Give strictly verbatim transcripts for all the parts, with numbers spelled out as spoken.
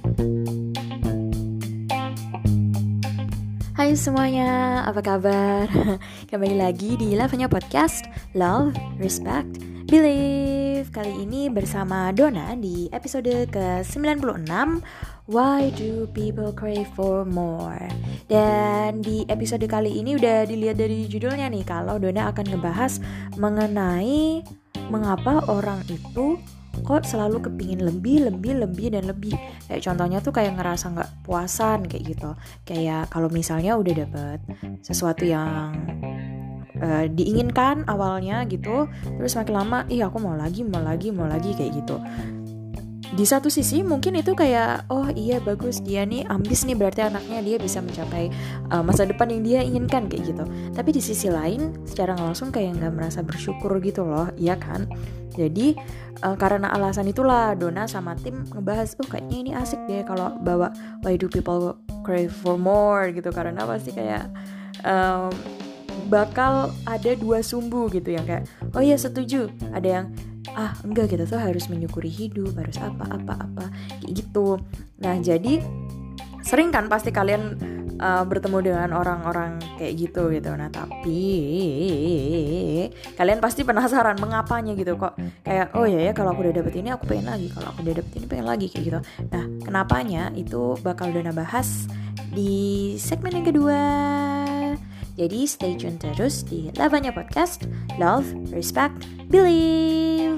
Hai semuanya, apa kabar? Kembali lagi di Lavanya Podcast Love, Respect, Believe. Kali ini bersama Dona di episode ke sembilan puluh enam, Why Do People Crave for More? Dan di episode kali ini udah dilihat dari judulnya nih, kalau Dona akan ngebahas mengenai mengapa orang itu kok selalu kepingin lebih, lebih, lebih, dan lebih. Kayak contohnya tuh kayak ngerasa gak puasan kayak gitu. Kayak kalau misalnya udah dapet sesuatu yang uh, diinginkan awalnya gitu, terus makin lama, ih aku mau lagi, mau lagi, mau lagi kayak gitu. Di satu sisi mungkin itu kayak, oh iya bagus, dia nih ambis nih, berarti anaknya dia bisa mencapai uh, masa depan yang dia inginkan kayak gitu. Tapi di sisi lain secara gak langsung kayak gak merasa bersyukur gitu loh, iya kan? Jadi uh, karena alasan itulah Dona sama tim ngebahas, oh kayaknya ini asik deh kalau bawa Why Do People Crave for More gitu. Karena pasti kayak um, bakal ada dua sumbu gitu yang kayak, oh iya setuju, ada yang ah enggak, kita tuh harus menyukuri hidup, harus apa-apa-apa kayak gitu. Nah jadi sering kan pasti kalian uh, bertemu dengan orang-orang kayak gitu gitu. Nah tapi kalian pasti penasaran mengapanya gitu, kok kayak oh ya ya kalau aku udah dapet ini aku pengen lagi, kalau aku udah dapet ini pengen lagi kayak gitu. Nah kenapanya itu bakal Dona bahas di segmen yang kedua. Jadi stay tune terus di Lavanya Podcast Love, Respect, Believe.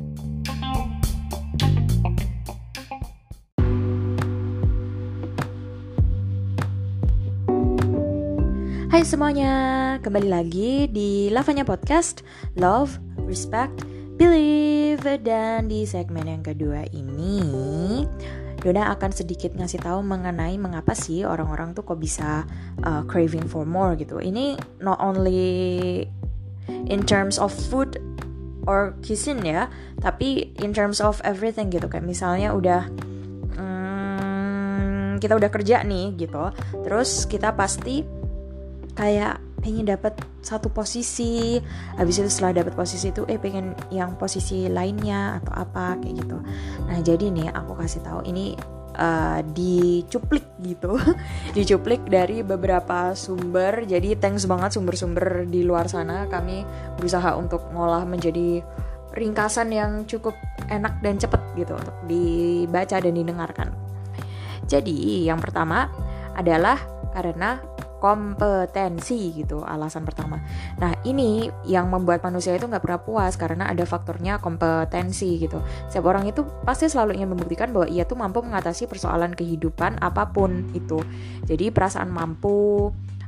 Hai semuanya, kembali lagi di Lavanya Podcast Love, Respect, Believe. Dan di segmen yang kedua ini Dona akan sedikit ngasih tahu mengenai mengapa sih orang-orang tuh kok bisa uh, craving for more gitu. Ini not only in terms of food or cuisine ya, tapi in terms of everything gitu. Kayak misalnya udah hmm, kita udah kerja nih gitu, terus kita pasti kayak pengen dapat satu posisi, habis itu setelah dapat posisi itu eh pengen yang posisi lainnya atau apa kayak gitu. Nah jadi nih aku kasih tahu ini uh, dicuplik gitu dicuplik dari beberapa sumber. Jadi thanks banget sumber-sumber di luar sana, kami berusaha untuk ngolah menjadi ringkasan yang cukup enak dan cepet gitu untuk dibaca dan didengarkan. Jadi yang pertama adalah karena kompetensi gitu, alasan pertama. Nah ini yang membuat manusia itu gak pernah puas karena ada faktornya kompetensi gitu. Setiap orang itu pasti selalu ingin membuktikan bahwa ia tuh mampu mengatasi persoalan kehidupan apapun itu. Jadi perasaan mampu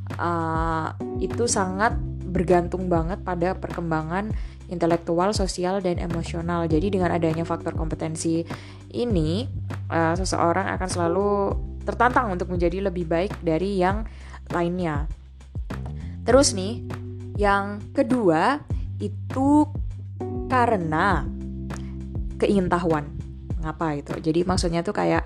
uh, itu sangat bergantung banget pada perkembangan intelektual, sosial, dan emosional. Jadi dengan adanya faktor kompetensi ini, uh, seseorang akan selalu tertantang untuk menjadi lebih baik dari yang lainnya. Terus nih, yang kedua itu karena keingintahuan. Ngapa itu? Jadi maksudnya tuh kayak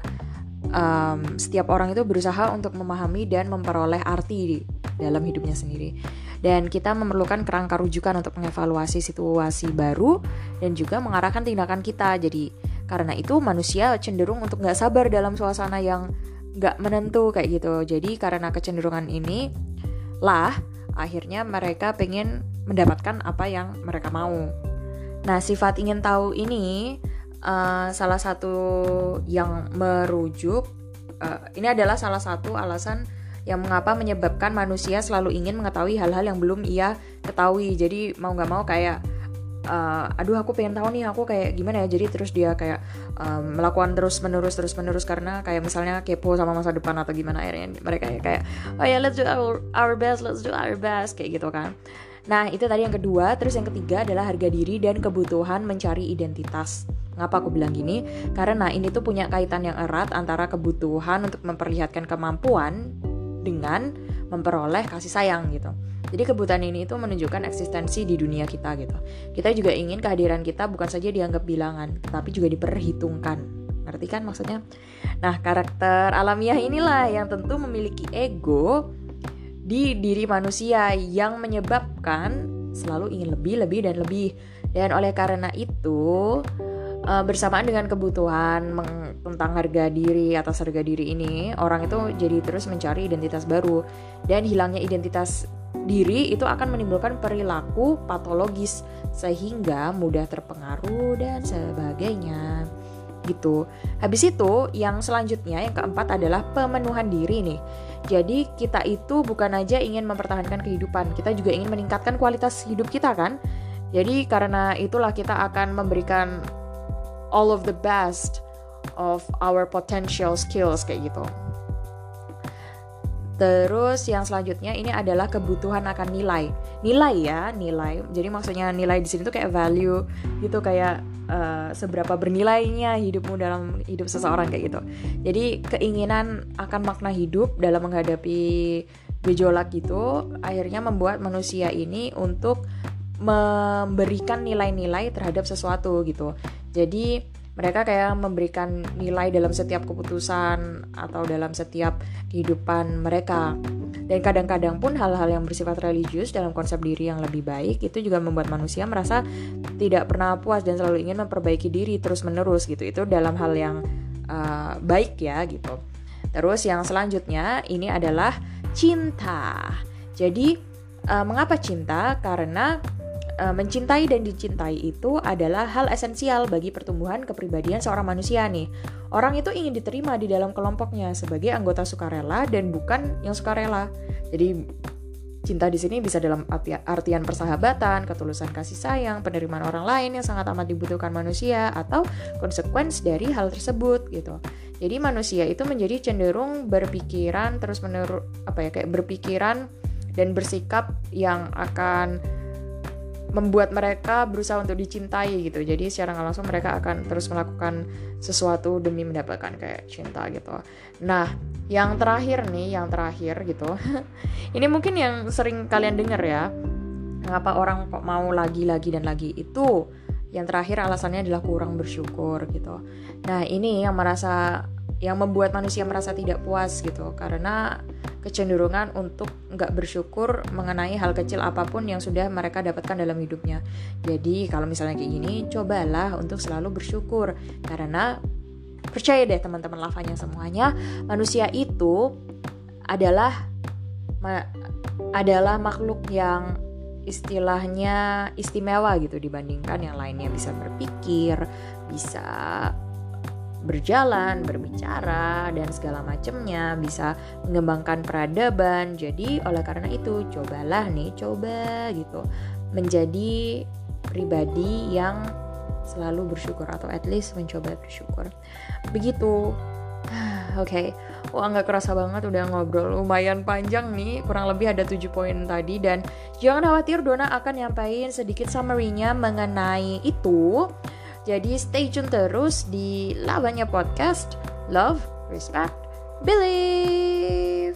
um, setiap orang itu berusaha untuk memahami dan memperoleh arti di dalam hidupnya sendiri. Dan kita memerlukan kerangka rujukan untuk mengevaluasi situasi baru dan juga mengarahkan tindakan kita. Jadi karena itu manusia cenderung untuk gak sabar dalam suasana yang gak menentu kayak gitu. Jadi karena kecenderungan ini lah akhirnya mereka pengen mendapatkan apa yang mereka mau. Nah sifat ingin tahu ini uh, salah satu yang merujuk uh, ini adalah salah satu alasan yang mengapa menyebabkan manusia selalu ingin mengetahui hal-hal yang belum ia ketahui. Jadi mau gak mau kayak Uh, aduh aku pengen tahu nih aku kayak gimana ya, jadi terus dia kayak um, melakukan terus menerus terus menerus karena kayak misalnya kepo sama masa depan atau gimana, akhirnya mereka kayak oh ya yeah, let's do our, our best let's do our best kayak gitu kan. Nah itu tadi yang kedua. Terus yang ketiga adalah harga diri dan kebutuhan mencari identitas. Ngapa aku bilang gini? Karena ini tuh punya kaitan yang erat antara kebutuhan untuk memperlihatkan kemampuan dengan memperoleh kasih sayang gitu. Jadi kebutuhan ini itu menunjukkan eksistensi di dunia kita gitu. Kita juga ingin kehadiran kita bukan saja dianggap bilangan, tapi juga diperhitungkan. Ngerti kan maksudnya? Nah, karakter alamiah inilah yang tentu memiliki ego di diri manusia yang menyebabkan selalu ingin lebih, lebih, dan lebih. Dan oleh karena itu, uh, bersamaan dengan kebutuhan meng- tentang harga diri atas harga diri ini, orang itu jadi terus mencari identitas baru, dan hilangnya identitas diri itu akan menimbulkan perilaku patologis sehingga mudah terpengaruh dan sebagainya gitu. Habis itu yang selanjutnya yang keempat adalah pemenuhan diri nih. Jadi kita itu bukan aja ingin mempertahankan kehidupan, kita juga ingin meningkatkan kualitas hidup kita kan. Jadi karena itulah kita akan memberikan all of the best of our potential skills kayak gitu. Terus yang selanjutnya ini adalah kebutuhan akan nilai. Nilai ya, nilai. Jadi maksudnya nilai di sini tuh kayak value gitu, kayak uh, seberapa bernilainya hidupmu dalam hidup seseorang kayak gitu. Jadi keinginan akan makna hidup dalam menghadapi gejolak gitu akhirnya membuat manusia ini untuk memberikan nilai-nilai terhadap sesuatu gitu. Jadi mereka kayak memberikan nilai dalam setiap keputusan atau dalam setiap kehidupan mereka. Dan kadang-kadang pun hal-hal yang bersifat religius dalam konsep diri yang lebih baik itu juga membuat manusia merasa tidak pernah puas dan selalu ingin memperbaiki diri terus-menerus gitu. Itu dalam hal yang uh, baik ya gitu. Terus yang selanjutnya ini adalah cinta. Jadi uh, mengapa cinta? Karena mencintai dan dicintai itu adalah hal esensial bagi pertumbuhan kepribadian seorang manusia nih. Orang itu ingin diterima di dalam kelompoknya sebagai anggota sukarela dan bukan yang sukarela. Jadi cinta di sini bisa dalam artian persahabatan, ketulusan kasih sayang, penerimaan orang lain yang sangat amat dibutuhkan manusia, atau konsekuensi dari hal tersebut gitu. Jadi manusia itu menjadi cenderung berpikiran terus menerus apa ya kayak berpikiran dan bersikap yang akan membuat mereka berusaha untuk dicintai gitu. Jadi secara nggak langsung mereka akan terus melakukan sesuatu demi mendapatkan kayak cinta gitu. Nah, yang terakhir nih, yang terakhir gitu. Ini mungkin yang sering kalian dengar ya. Mengapa orang kok mau lagi, lagi dan lagi itu? Yang terakhir alasannya adalah kurang bersyukur gitu. Nah, ini yang merasa yang membuat manusia merasa tidak puas gitu, karena kecenderungan untuk nggak bersyukur mengenai hal kecil apapun yang sudah mereka dapatkan dalam hidupnya. Jadi kalau misalnya kayak gini, cobalah untuk selalu bersyukur, karena percaya deh teman-teman lavanya semuanya, manusia itu adalah ma- adalah makhluk yang istilahnya istimewa gitu dibandingkan yang lainnya, bisa berpikir, bisa berjalan, berbicara, dan segala macamnya, bisa mengembangkan peradaban. Jadi oleh karena itu cobalah nih, coba gitu menjadi pribadi yang selalu bersyukur, atau at least mencoba bersyukur. Begitu. Oke, okay. Wah nggak kerasa banget udah ngobrol lumayan panjang nih, kurang lebih ada tujuh poin tadi. Dan jangan khawatir, Dona akan nyampain sedikit summary-nya mengenai itu. Jadi stay tune terus di Lavanya Podcast. Love, respect, believe.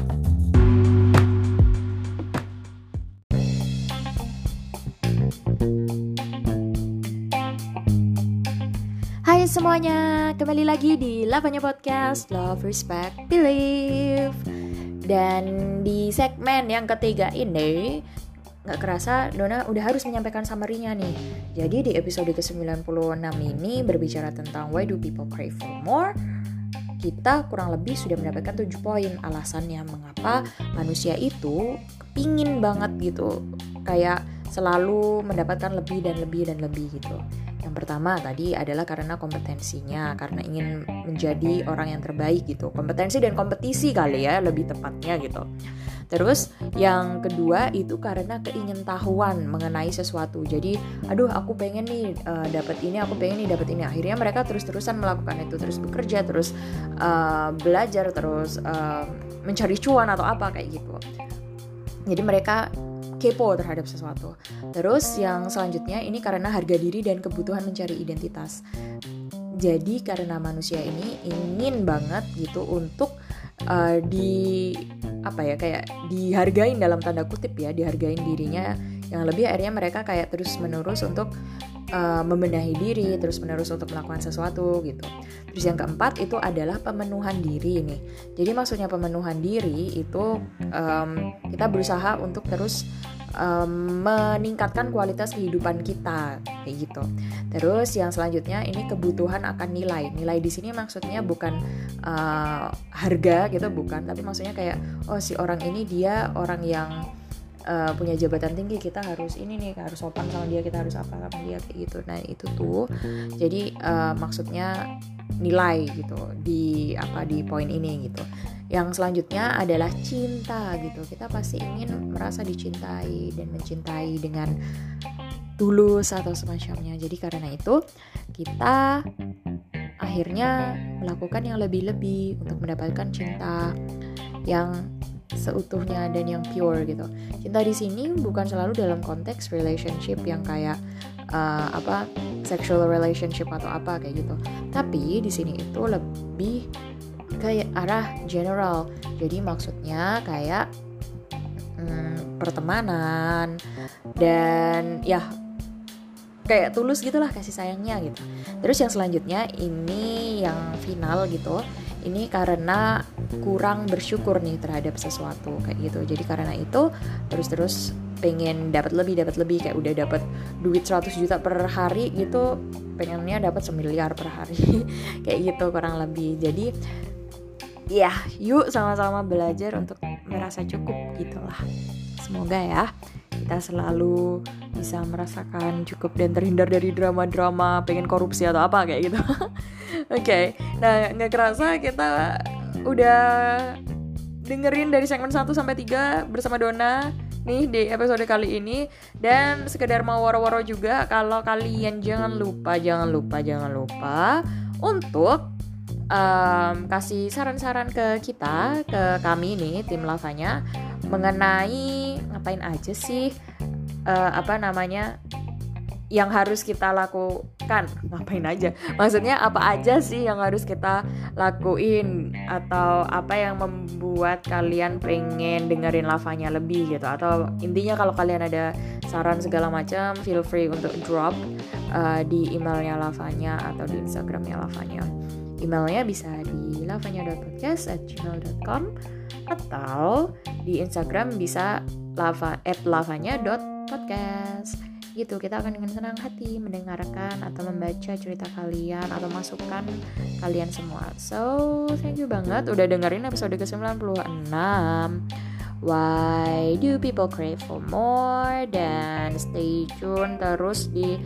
Hai semuanya, kembali lagi di Lavanya Podcast. Love, respect, believe. Dan di segmen yang ketiga ini, gak kerasa Dona udah harus menyampaikan summary-nya nih. Jadi di episode ke sembilan puluh enam ini berbicara tentang why do people crave for more. Kita kurang lebih sudah mendapatkan tujuh poin alasannya mengapa manusia itu kepingin banget gitu, kayak selalu mendapatkan lebih dan lebih dan lebih gitu. Yang pertama tadi adalah karena kompetensinya, karena ingin menjadi orang yang terbaik gitu. Kompetensi dan kompetisi kali ya lebih tepatnya gitu. Terus yang kedua itu karena keingintahuan mengenai sesuatu. Jadi aduh aku pengen nih uh, dapat ini, aku pengen nih dapat ini. Akhirnya mereka terus-terusan melakukan itu, terus bekerja, terus uh, belajar, terus uh, mencari cuan atau apa kayak gitu. Jadi mereka kepo terhadap sesuatu. Terus yang selanjutnya ini karena harga diri dan kebutuhan mencari identitas. Jadi karena manusia ini ingin banget gitu untuk uh, di apa ya kayak dihargain dalam tanda kutip ya, dihargain dirinya yang lebih. Akhirnya mereka kayak terus menerus untuk uh, membenahi diri terus menerus untuk melakukan sesuatu gitu. Terus yang keempat itu adalah pemenuhan diri nih. Jadi maksudnya pemenuhan diri itu um, kita berusaha untuk terus Um, meningkatkan kualitas kehidupan kita kayak gitu. Terus yang selanjutnya ini kebutuhan akan nilai. Nilai di sini maksudnya bukan uh, harga gitu, bukan, tapi maksudnya kayak oh si orang ini dia orang yang uh, punya jabatan tinggi, kita harus ini nih, harus sopan sama dia, kita harus apa sama dia kayak gitu. Nah itu tuh jadi uh, maksudnya nilai gitu di apa di poin ini gitu. Yang selanjutnya adalah cinta gitu. Kita pasti ingin merasa dicintai dan mencintai dengan tulus atau semacamnya. Jadi karena itu kita akhirnya melakukan yang lebih-lebih untuk mendapatkan cinta yang seutuhnya dan yang pure gitu. Cinta di sini bukan selalu dalam konteks relationship yang kayak uh, apa sexual relationship atau apa kayak gitu. Tapi di sini itu lebih kayak arah general. Jadi maksudnya kayak hmm, pertemanan dan ya kayak tulus gitulah kasih sayangnya gitu. Terus yang selanjutnya ini yang final gitu. Ini karena kurang bersyukur nih terhadap sesuatu kayak gitu. Jadi karena itu terus-terus pengen dapat lebih, dapat lebih kayak udah dapat duit seratus juta per hari gitu, pengennya dapat semiliar per hari kayak gitu kurang lebih. Jadi ya, yuk sama-sama belajar untuk merasa cukup gitulah. Semoga ya kita selalu bisa merasakan cukup dan terhindar dari drama-drama pengen korupsi atau apa kayak gitu. Oke, okay. Nah gak kerasa kita udah dengerin dari segmen satu sampai tiga bersama Dona nih di episode kali ini. Dan sekedar mau waro-waro juga, kalau kalian jangan lupa, jangan lupa, jangan lupa untuk Um, kasih saran-saran ke kita, ke kami nih tim Lavanya mengenai ngapain aja sih uh, apa namanya yang harus kita lakukan. Ngapain aja, maksudnya apa aja sih yang harus kita lakuin, atau apa yang membuat kalian pengen dengerin Lavanya lebih gitu. Atau intinya kalau kalian ada saran segala macam, feel free untuk drop uh, di emailnya Lavanya atau di Instagramnya Lavanya. Emailnya bisa di lavanya dot podcast at gmail dot com atau di Instagram bisa lava at lavanya dot podcast gitu. Kita akan dengan senang hati mendengarkan atau membaca cerita kalian atau masukan kalian semua. So thank you banget udah dengerin episode ke sembilan puluh enam Why do people crave for more, dan stay tune terus di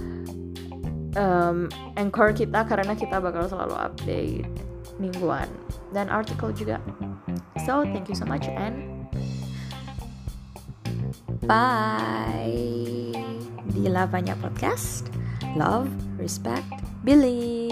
Um, Anchor kita karena kita bakal selalu update mingguan dan artikel juga. So thank you so much and bye di Lavanya Podcast. Love, respect, believe.